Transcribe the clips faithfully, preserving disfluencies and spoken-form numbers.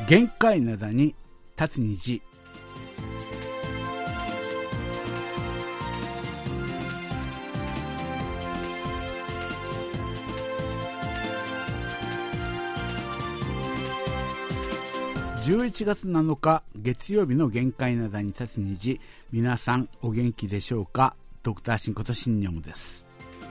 限界灘に立つ虹。じゅういちがつなのか月曜日の限界灘に立つ虹。皆さんお元気でしょうか。ドクターシンことシンニョムです。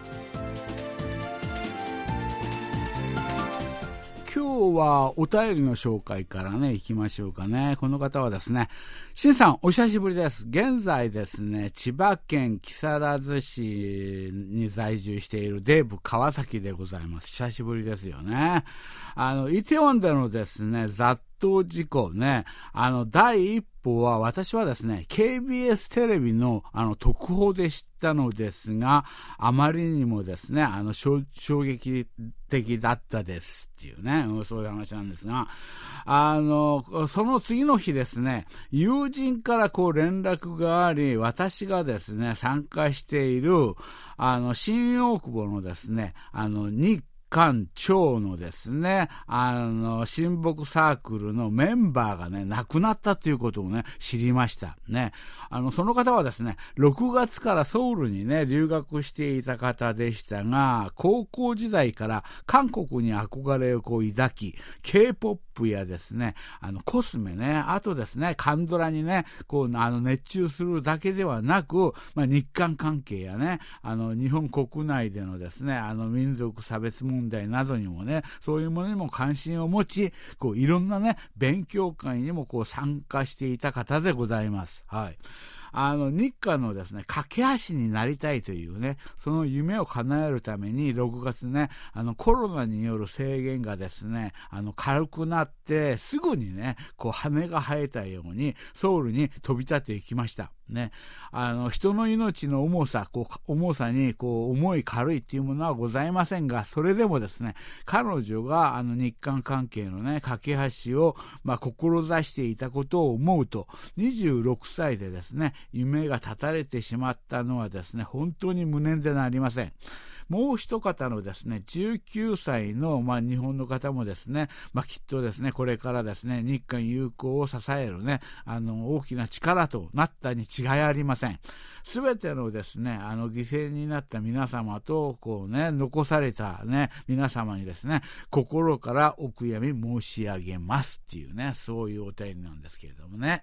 今日はお便りの紹介からね行きましょうかね。この方はですね、シンさんお久しぶりです。現在ですね、千葉県木更津市に在住しているデーブ川崎でございます。久しぶりですよね。あのイテウォンでのですね雑踏事故ね、あの第一報は私はですね ケービーエス テレビのあの特報で知ったのですが、あまりにもですねあの衝撃的だったですっていうね、そういう話なんですが、あのその次の日ですね、友人からこう連絡があり、私がですね参加しているあの新大久保のですねあの日韓町のですね、あの、親睦サークルのメンバーがね、亡くなったということをね、知りました。ね。あの、その方はですね、ろくがつからソウルにね、留学していた方でしたが、高校時代から韓国に憧れをこう抱き、K-ポップ やですね、あの、コスメね、あとですね、カンドラにね、こう、あの、熱中するだけではなく、まあ、日韓関係やね、あの、日本国内でのですね、あの、民族差別問題問題などにもね、そういうものにも関心を持ち、こういろんなね勉強会にもこう参加していた方でございます。はい。あの日韓のですね架け橋になりたいというね、その夢を叶えるためにろくがつね、あのコロナによる制限がですねあの軽くなってすぐにねこう羽が生えたようにソウルに飛び立っていきましたね。あの人の命の重さ、こう重さにこう重い軽いっていうものはございませんが、それでもですね彼女があの日韓関係のね架け橋をまあ志していたことを思うと、にじゅうろくさいでですね夢が絶たれてしまったのはですね本当に無念でなりません。もう一方のですねじゅうきゅうさいの、まあ、日本の方もですね、まあ、きっとですねこれからですね日韓友好を支えるねあの大きな力となったに違いありません。すべてのですねあの犠牲になった皆様とこうね残されたね皆様にですね心からお悔やみ申し上げますっていうね、そういうお便りなんですけれどもね。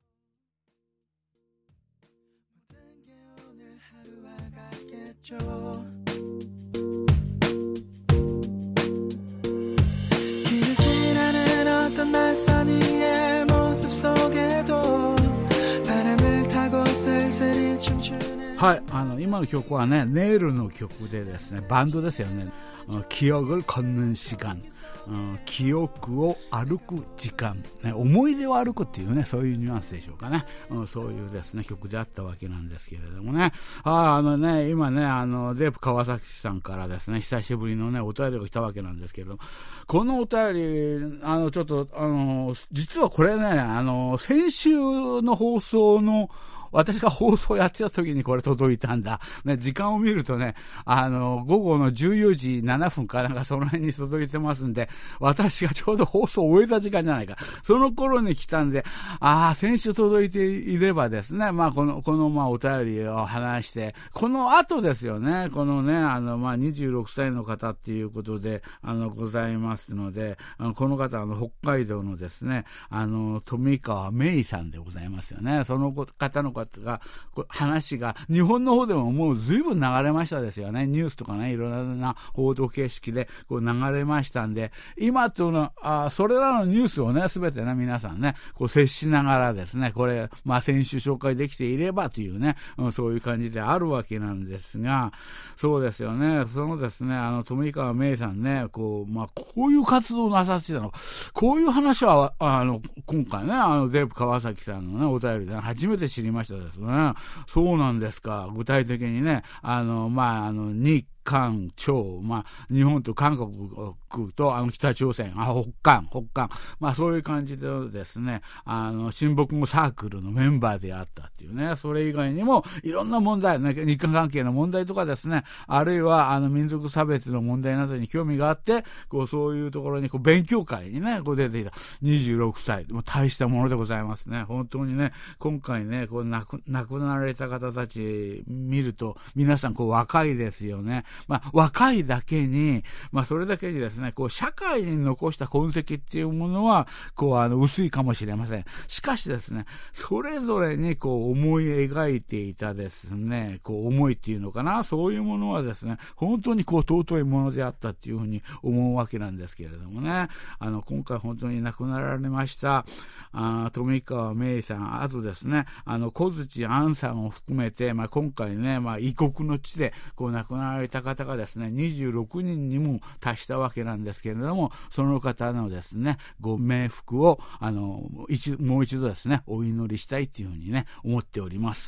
はい、あの今の曲はねネイルの曲でですね、バンドですよね。記憶걷는時間、記憶を歩く時間、ね、思い出を歩くっていうね、そういうニュアンスでしょうかね、うん、そういうですね曲であったわけなんですけれどもね。ああのね今ねあのデープ川崎さんからですね久しぶりのねお便りが来たわけなんですけれども、このお便りあのちょっとあの実はこれねあの先週の放送の私が放送やってた時にこれ届いたんだ、ね、時間を見るとねあの午後のじゅうよじななふんかなんかその辺に届いてますんで、私がちょうど放送を終えた時間じゃないか、その頃に来たんで、ああ先週届いていればですね、まあこのこのまあお便りを話して、この後ですよね、このねあのまあにじゅうろくさいの方っていうことであのございますので、あのこの方あの北海道のですねあの富川芽衣さんでございますよね。その方の方が話が日本の方でももう随分流れましたですよね。ニュースとかねいろんな報道形式でこう流れましたんで、今とのあそれらのニュースをね全てね皆さんねこう接しながらですね、これまあ先週紹介できていればというね、うん、そういう感じであるわけなんですが、そうですよね。そのですねあの富川芽衣さんねこうまあこういう活動をなさってたのか、こういう話はあの今回ねあのデープ川崎さんのねお便りで初めて知りましたですね。そうなんですか。具体的にねあのまああの日韓、朝、まあ、日本と韓国とあの北朝鮮、あ北韓、北韓、まあ、そういう感じでですね、あの親睦語サークルのメンバーであったっていうね、それ以外にもいろんな問題、ね、日韓関係の問題とかですね、あるいはあの民族差別の問題などに興味があって、こうそういうところにこう勉強会にね、こう出ていたにじゅうろくさい、もう大したものでございますね。本当にね、今回ね、こう亡く、亡くなられた方たち見ると、皆さんこう若いですよね。まあ、若いだけに、まあ、それだけにですね、こう社会に残した痕跡っていうものは、こうあの薄いかもしれません。しかしですね、それぞれにこう思い描いていたですね、こう思いっていうのかな、そういうものはですね、本当にこう尊いものであったっていうふうに思うわけなんですけれどもね、あの今回本当に亡くなられましたあ富川芽生さん、あとですね、あの小槌杏さんを含めて、まあ、今回ね、まあ、異国の地でこう亡くなられた方がですね、にじゅうろくにんにも達したわけなんですけれども、その方のですね、ご冥福をあの一もう一度ですね、お祈りしたいというふうにね、思っております。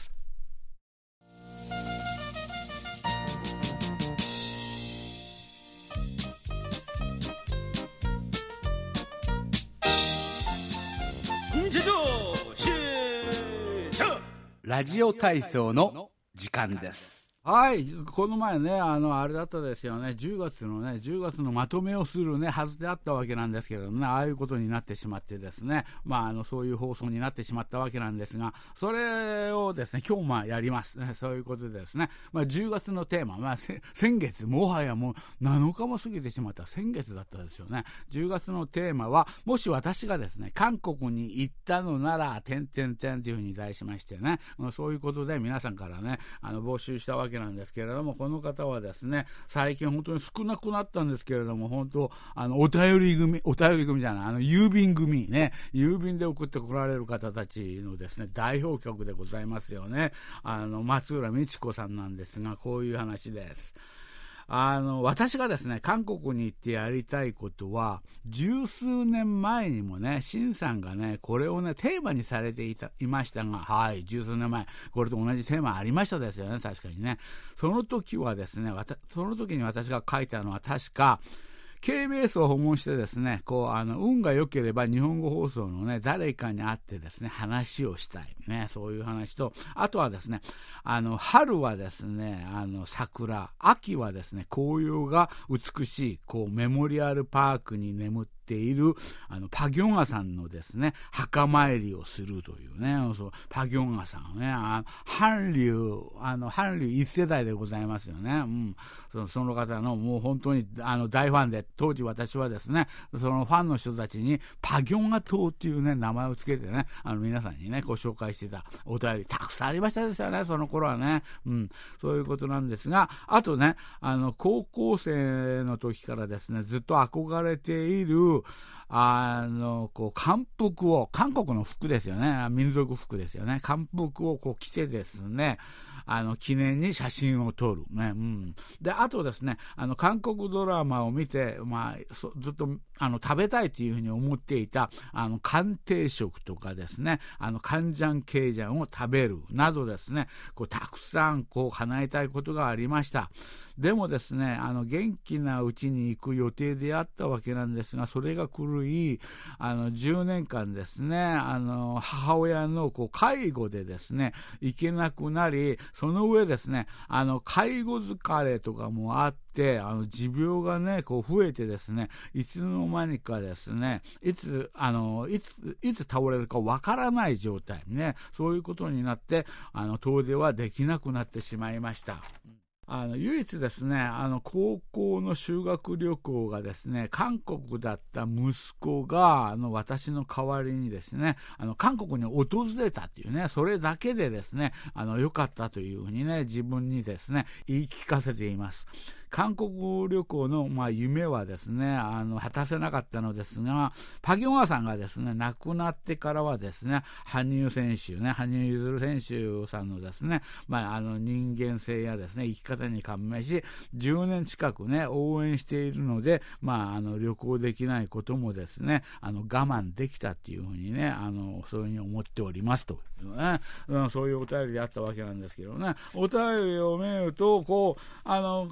ラジオ体操の時間です。はい、この前ね、あのあれだったですよね、じゅうがつのね、じゅうがつのまとめをするねはずであったわけなんですけれどもね、ああいうことになってしまってですね、まああのそういう放送になってしまったわけなんですが、それをですね、今日まあやりますね。そういうことでですね、まあじゅうがつのテーマ、まあ先月、もはやもうなのかも過ぎてしまった先月だったですよね。じゅうがつのテーマは、もし私がですね、韓国に行ったのなら、てんてんてんというふうに題しましてね、そういうことで皆さんからね、あの募集したわけなんですけれども、この方はですね、最近本当に少なくなったんですけれども、本当あのお便り組お便り組じゃないあの郵便組ね、郵便で送ってこられる方たちのですね代表曲でございますよね。あの松浦美智子さんなんですが、こういう話です。あの私がですね、韓国に行ってやりたいことは、十数年前にもね、シンさんがね、これをねテーマにされていたいましたが、はい、十数年前、これと同じテーマありましたですよね、確かにね。その時はですね、わたその時に私が書いたのは確か、ケービーエス を訪問してですね、こうあの運が良ければ日本語放送のね誰かに会ってですね話をしたいね、そういう話と、あとはですね、あの春はですねあの桜、秋はですね紅葉が美しいこうメモリアルパークに眠ってているあのパギョンアさんのですね墓参りをするというね、そうパギョンアさんね、あ韓流あの韓流一世代でございますよね。うん、そのその方のもう本当にあの大ファンで、当時私はですねそのファンの人たちにパギョンア島っていうね名前をつけてね、あの皆さんにねご紹介していたお便りたくさんありましたですよね、その頃はね。うん、そういうことなんですが、あとね、あの高校生の時からですねずっと憧れているあのこう漢服を、韓国の服ですよね、民族服ですよね、漢服をこう着てですね、あの記念に写真を撮る、ね、うん、であとですね、あの韓国ドラマを見て、まあ、そずっとあの食べたいというふうに思っていたあの韓定食とかですね、あのカンジャンケイジャンを食べるなどですね、こうたくさんこう叶えたいことがありました。でもですね、あの元気なうちに行く予定であったわけなんですが、それが狂い、あのじゅうねんかんですね、あの母親のこう介護でですね行けなくなり、その上ですね、あの介護疲れとかもあって、あの持病がねこう増えてですね、いつの間にかですね、いつあのいついつ倒れるかわからない状態ね、そういうことになって、あの遠出はできなくなってしまいました。あの唯一ですね、あの高校の修学旅行がですね韓国だった息子があの私の代わりにですねあの韓国に訪れたっていうね、それだけでですねあの良かったというふうにね自分にですね言い聞かせています。韓国旅行の、まあ、夢はですねあの果たせなかったのですが、パギョンアさんがですね亡くなってからはですね、羽生選手ね羽生結弦選手さんのですね、まあ、あの人間性やですね生き方に感銘し、じゅうねん近くね応援しているので、まあ、あの旅行できないこともですねあの我慢できたっていうふうにね、あのそういうふうに思っておりますというね、うん、そういうお便りであったわけなんですけどね、お便りを見るとこうあの韓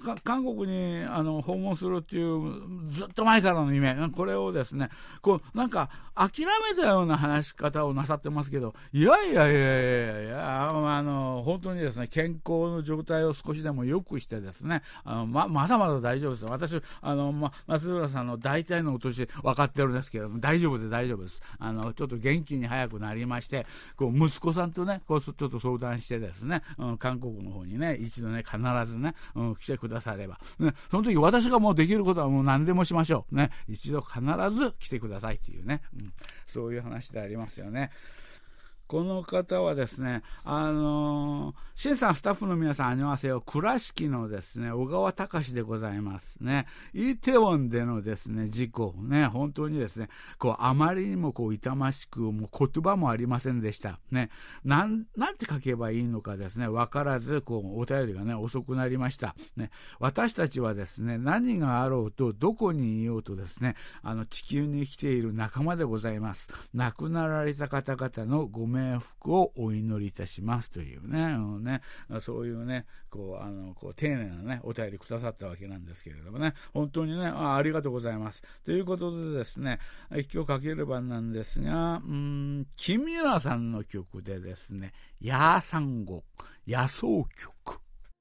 国にあの訪問するっていうずっと前からの夢、これをですね、こうなんか諦めたような話し方をなさってますけど、いやいやいやいやいや、あの本当にですね、健康の状態を少しでも良くしてですね、あの ま, まだまだ大丈夫です。私あの、ま、松浦さんの大体のお年分かってるんですけども、大丈夫で大丈夫です。あのちょっと元気に早くなりまして、こう息子さんとね、こうちょっと相談してですね、うん、韓国の方にね、一度ね、必ずね、うん、来てくだされば、ね、その時私がもうできることはもう何でもしましょう。ね、一度必ず来てくださいっていうね、うん、そういう話でありますよね。この方はですね、あのー、シンさん、スタッフの皆さん、あにょはせよ、倉敷のですね、小川隆でございますね。イテウォンでのですね、事故、ね、本当にですね、こう、あまりにもこう、痛ましく、もう言葉もありませんでした。ね、なん、なんて書けばいいのかですね、わからず、こう、お便りがね、遅くなりました。ね、私たちはですね、何があろうと、どこにいようとですね、あの、地球に来ている仲間でございます。亡くなられた方々のご冥福をお祈りいたしますというね、あのね、そういうね、こう、あの、こう、丁寧なね、お便りくださったわけなんですけれどもね、本当にね、あ、ありがとうございます。ということでですね、今日かける番なんですが、うーん、木村さんの曲でですね、ヤーサンゴ、野草曲。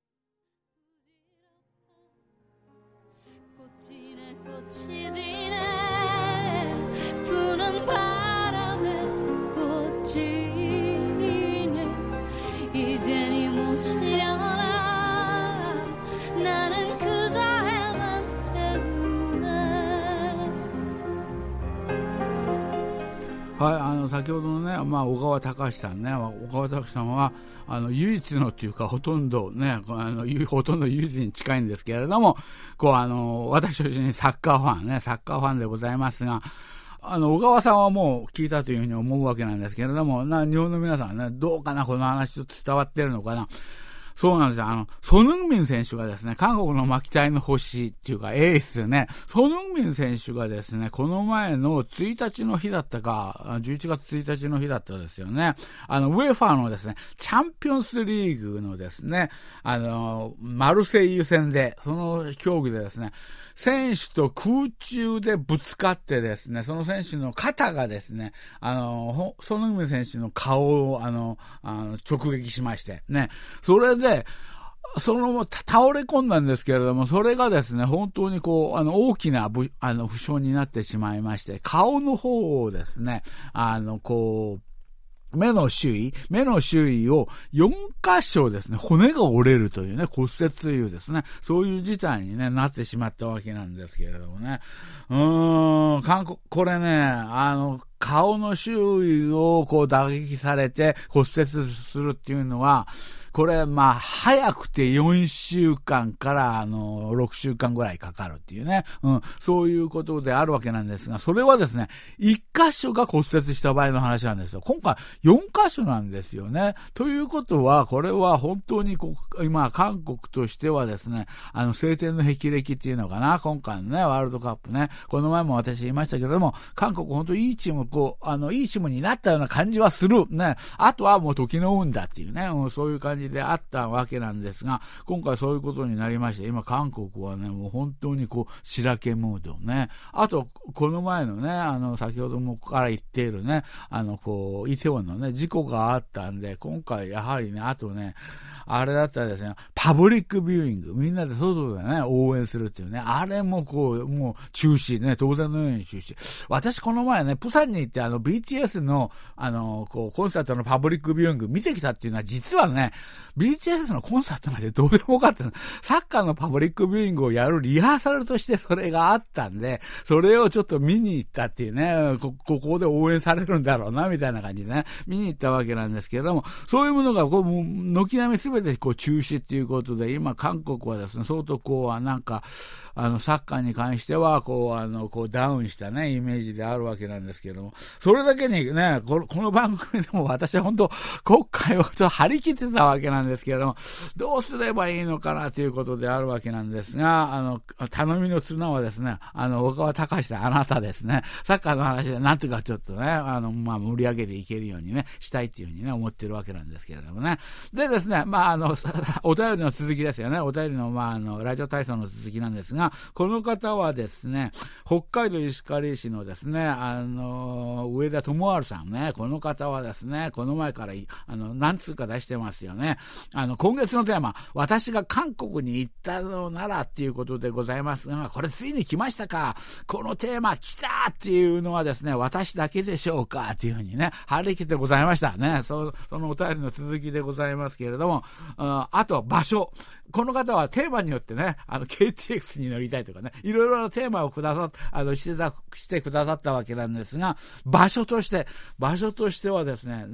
はい、あの先ほどのね、まあ、小川隆さんね、小川隆さんはあの唯一のっていうか、ほとんどね、あのほとんど唯一に近いんですけれども、こうあの私と一緒にサッカーファンね、サッカーファンでございますが、あの小川さんはもう聞いたというふうに思うわけなんですけれども、な日本の皆さんね、どうかな、この話ちょっと伝わってるのかな。そうなんですよ。あの、ソヌンミン選手がですね、韓国の巻き体の星っていうかエースね、ソヌンミン選手がですね、この前のついたちの日だったか、じゅういちがつついたちの日だったですよね。あの、ウェファーのですね、チャンピオンスリーグのですね、あの、マルセイユ戦で、その競技でですね、選手と空中でぶつかってですね、その選手の肩がですね、あの、ソヌンミン選手の顔を、あの、あの直撃しまして、ね、それで、で、そのまま倒れ込んだんですけれども、それがですね、本当にこう、あの、大きなぶあの負傷になってしまいまして、顔の方をですね、あの、こう、目の周囲、目の周囲をよん箇所ですね、骨が折れるというね、骨折というですね、そういう事態に、ね、なってしまったわけなんですけれどもね。うーん、韓国、これね、あの、顔の周囲をこう打撃されて骨折するっていうのは、これ、まあ、早くてよんしゅうかんから、あの、ろくしゅうかんぐらいかかるっていうね、うん、そういうことであるわけなんですが、それはですね、いっ箇所が骨折した場合の話なんですよ。今回、よん箇所なんですよね。ということは、これは本当にこう、今、韓国としてはですね、あの、晴天の霹靂っていうのかな、今回のね、ワールドカップね、この前も私言いましたけれども、韓国本当いいチーム、こう、あの、いいチームになったような感じはする。ね。あとはもう時の運だっていうね、うん、そういう感じであったわけなんですが、今回そういうことになりまして、今韓国はね、もう本当にこう、しらけムードね。あと、この前のね、あの、先ほどもから言っているね、あの、こう、イテウォンのね、事故があったんで、今回やはりね、あとね、あれだったらですね、パブリックビューイング、みんなで外でね、応援するっていうね、あれもこう、もう中止ね、当然のように中止。私この前ね、プサンに行ってあの、ビーティーエス の、あの、こう、コンサートのパブリックビューイング見てきたっていうのは、実はね、ビーティーエス のコンサートなんてどうでもよかったの。サッカーのパブリックビューイングをやるリハーサルとしてそれがあったんで、それをちょっと見に行ったっていうね、こ, ここで応援されるんだろうな、みたいな感じでね、見に行ったわけなんですけれども、そういうものがこう、軒並みすべてこう中止っていうことで、今韓国はですね、相当こう、なんか、あの、サッカーに関しては、こう、あの、こう、ダウンしたね、イメージであるわけなんですけれども、それだけにね、この、この番組でも私は本当、今回はちょっと張り切ってたわけなんですけれども、どうすればいいのかなということであるわけなんですが、あの、頼みの綱はですね、あの、小川隆さん、あなたですね、サッカーの話でなんとかちょっとね、あの、まあ、盛り上げていけるようにね、したいっていうふうにね、思ってるわけなんですけれどもね。でですね、まあ、あの、お便りのの続きですよね。お便りの、まあ、あの、ラジオ体操の続きなんですが、この方はですね、北海道石狩市のですね、あの、上田智治さんね、この方はですね、この前から、あの、何通か出してますよね。あの、今月のテーマ、私が韓国に行ったのならっていうことでございますが、これついに来ましたか。このテーマ来たっていうのはですね、私だけでしょうかっていうふうにね、張り切ってございましたね。そ, そのお便りの続きでございますけれども、あ, あとは場所。この方はテーマによってね、あの ケーティーエックス に乗りたいとかね、いろいろなテーマをくださっあのしてたしてくださったわけなんですが、場所として場所としてはですね、うん、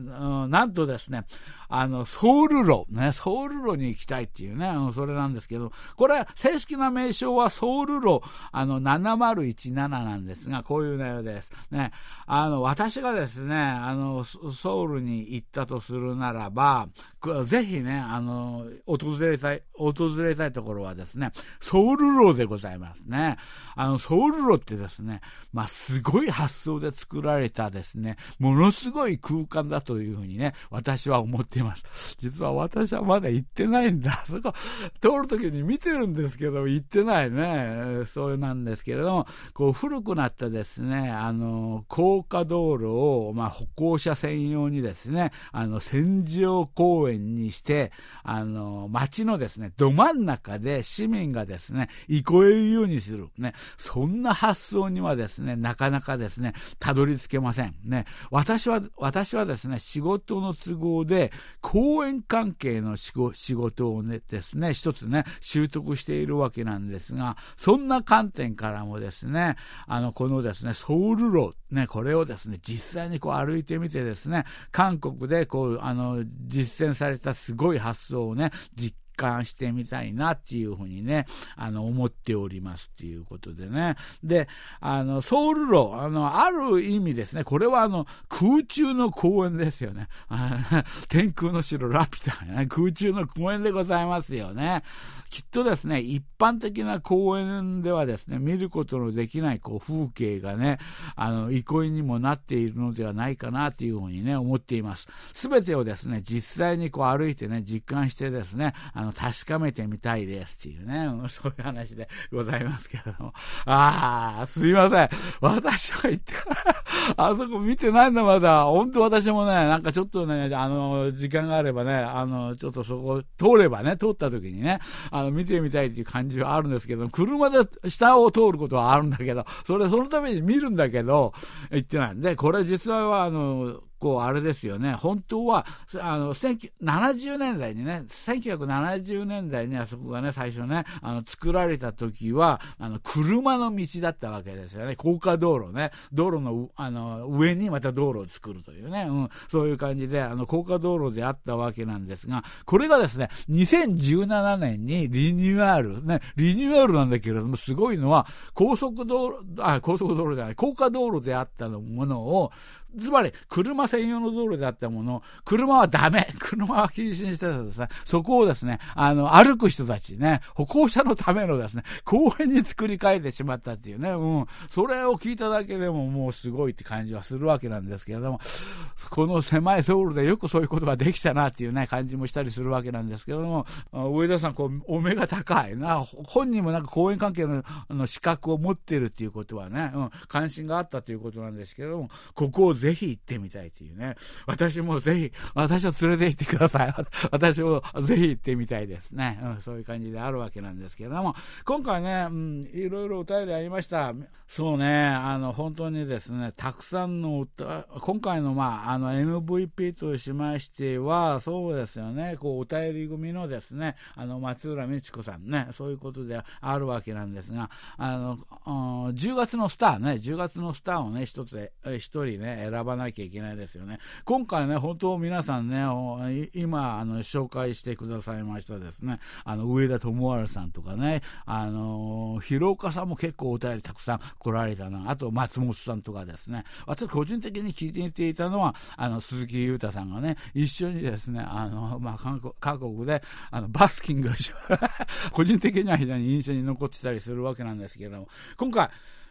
なんとですね、あのソウル路ね、ソウル路に行きたいっていうね、あのそれなんですけど、これ正式な名称はソウル路あのななまるいちなななんですが、こういう内容ですね。あの私がですね、あのソウルに行ったとするならば、ぜひね、あの訪れたい訪れたいところはですね、ソウル路でございますね。あのソウル路ってですね、まあすごい発想で作られたですね、ものすごい空間だというふうにね、私は思っています。実は私はまだ行ってないんだ。そこ通るときに見てるんですけど行ってないね。そうなんですけれども、こう古くなったですね、あの高架道路をまあ歩行者専用にですね、あの線状公園にして、あの街のですねど真ん中で市民がですね憩えるようにするね、そんな発想にはですねなかなかですねたどり着けませんね。私は私はですね仕事の都合で公園関係の仕事をねですね一つね習得しているわけなんですが、そんな観点からもですね、あのこのですねソウル路ね、これをですね実際にこう歩いてみてですね、韓国でこうあの実践されたすごい発想をね実感してみたいなっていうふうにね、あの思っておりますっていうことでね。で、あのソウル路、あのある意味ですね、これはあの空中の公園ですよね。天空の城ラピュタ、ね、空中の公園でございますよね。きっとですね、一般的な公園ではですね、見ることのできないこう風景がね、あの憩いにもなっているのではないかなというふうにね思っています。すべてをですね、実際にこう歩いてね、実感してですね、あの確かめてみたいですっていうね、そういう話でございますけれども。ああ、すいません。私は行ってからあそこ見てないんだまだ。本当私もね、なんかちょっとね、あの、時間があればね、あの、ちょっとそこ通ればね、通った時にね、あの、見てみたいっていう感じはあるんですけど、車で下を通ることはあるんだけど、それ、そのために見るんだけど、行ってない。で、これ実はあの、こうあれですよね、本当はあのななじゅうねんだいにね、せんきゅうひゃくななじゅうねんだいにあそこがね最初ねあの作られた時はあの車の道だったわけですよね。高架道路ね、道路のあの上にまた道路を作るというね、うん、そういう感じであの高架道路であったわけなんですが、これがですねにせんじゅうななねんにリニューアルね、リニューアルなんだけれども、すごいのは高速道路あ高速道路じゃない高架道路であったものを、つまり車専用の道路であったものを、車はダメ、車は禁止にしてたですね、そこをですね、あの歩く人たちね、歩行者のためのですね公園に作り変えてしまったっていうね、うん、それを聞いただけでももうすごいって感じはするわけなんですけれども、この狭いソウルでよくそういうことができたなっていうね感じもしたりするわけなんですけれども、上田さんこうお目が高いな、本人もなんか公園関係のあの資格を持っているっていうことはね、うん、関心があったということなんですけれども、ここをぜひ行ってみたいというね、私もぜひ私を連れて行ってください。私もぜひ行ってみたいですね、うん、そういう感じであるわけなんですけれども、今回ね、うん、いろいろお便りありました。そうね、あの本当にですねたくさんの歌、今回のまああの エムブイピー としましてはそうですよね、こうお便り組のですねあの松浦美智子さんね、そういうことであるわけなんですが、あのじゅうがつのスターね、じゅうがつのスターをね一つ一人ね選ばなきゃいけないですよね。今回ね本当皆さんね今あの紹介してくださいましたですね、あの上田智治さんとかね、あの広岡さんも結構お便りたくさん来られたな、あと松本さんとかですね、私個人的に聞いていたのはあの鈴木裕太さんがね一緒にですねあの、まあ、韓国、韓国であのバスキング個人的には非常に印象に残ってたりするわけなんですけれども、今回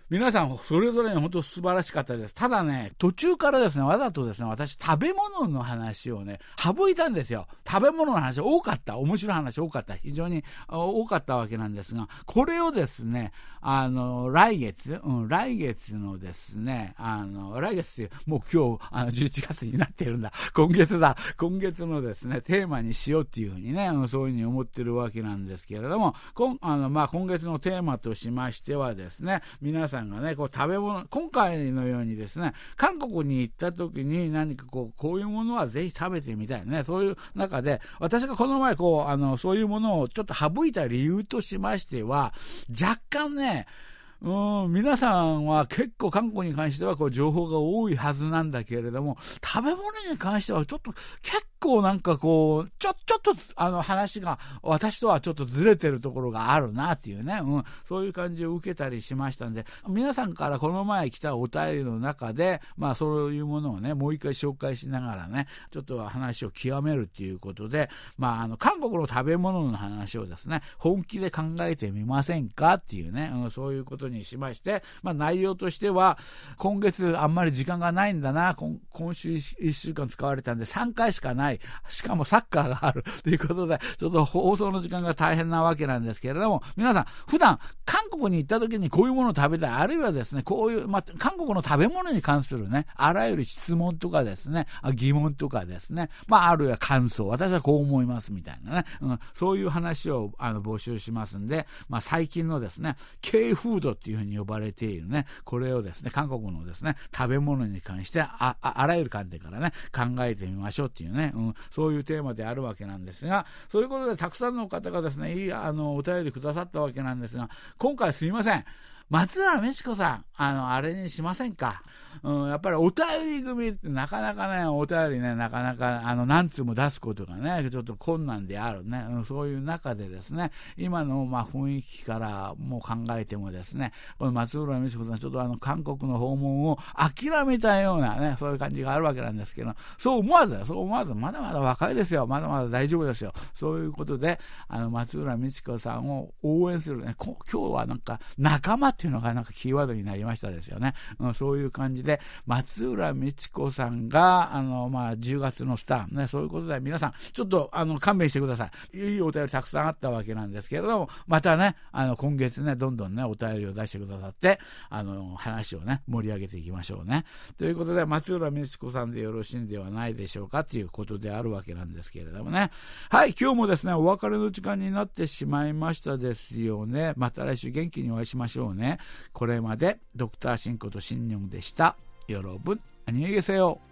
皆さんそれぞれ本当素晴らしかったです。ただね、途中からですね、わざとですね、私食べ物の話をね、省いたんですよ。食べ物の話多かった。面白い話多かった。非常に多かったわけなんですが、これをですね、あの、来月、うん、来月のですね、あの、来月ってもう今日、あの、じゅういちがつになっているんだ。今月だ。今月のですね、テーマにしようっていうふうにね、そういうふうに思ってるわけなんですけれども、今、あの、まあ、今月のテーマとしましてはですね、皆さんがね、こう食べ物、今回のようにですね、韓国に行った時に何かこう、こういうものはぜひ食べてみたいね。そういう中で、私がこの前こう、あの、そういうものをちょっと省いた理由としましては、若干ね、うん、皆さんは結構韓国に関してはこう情報が多いはずなんだけれども、食べ物に関してはちょっと結構なんかこう、ちょ、ちょっとあの話が私とはちょっとずれてるところがあるなっていうね、うん、そういう感じを受けたりしましたんで、皆さんからこの前来たお便りの中で、まあそういうものをね、もう一回紹介しながらね、ちょっと話を極めるっていうことで、まああの、韓国の食べ物の話をですね、本気で考えてみませんかっていうね、うん、そういうことにしまして、まあ、内容としては今月あんまり時間がないんだな、今, 今週いっしゅうかん使われたんでさんかいしかない、しかもサッカーがあるということで、ちょっと放送の時間が大変なわけなんですけれども、皆さん普段韓国に行った時にこういうものを食べたい、あるいはですね、こういう、まあ、韓国の食べ物に関するね、あらゆる質問とかですね、疑問とかですね、まあ、あるいは感想、私はこう思いますみたいなね、うん、そういう話をあの募集しますんで、まあ、最近のですね、K フードっていうふうに呼ばれているね、これをですね、韓国のですね、食べ物に関して あ, あ, あらゆる観点からね、考えてみましょうっていうね、うん、そういうテーマであるわけなんですが、そういうことでたくさんの方がですね、いいあのお便りくださったわけなんですが、今回すいません、松浦美智子さん、あの、あれにしませんか。うん、やっぱりお便り組ってなかなかね、お便りね、なかなか、あの、何通も出すことがね、ちょっと困難であるね。うん、そういう中でですね、今の、まあ、雰囲気からもう考えてもですね、この松浦美智子さん、ちょっとあの、韓国の訪問を諦めたようなね、そういう感じがあるわけなんですけど、そう思わず、そう思わず、まだまだ若いですよ。まだまだ大丈夫ですよ。そういうことで、あの、松浦美智子さんを応援するね、今日はなんか、仲間っていうのがなんかキーワードになりましたですよね。うん、そういう感じで、松浦美智子さんが、あの、まあ、じゅうがつのスター、ね、そういうことで皆さん、ちょっと、あの、勘弁してください。いいお便りたくさんあったわけなんですけれども、またね、あの、今月ね、どんどんね、お便りを出してくださって、あの、話をね、盛り上げていきましょうね。ということで、松浦美智子さんでよろしいんではないでしょうかということであるわけなんですけれどもね。はい、今日もですね、お別れの時間になってしまいましたですよね。また来週元気にお会いしましょうね。これまで、ドクターシンことシンニョンでした。よろぶん、あにげげせよ。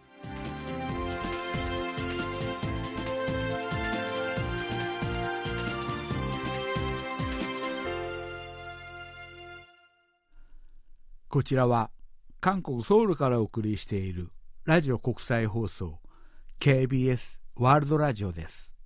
こちらは韓国ソウルからお送りしているラジオ国際放送 ケービーエス ワールドラジオです。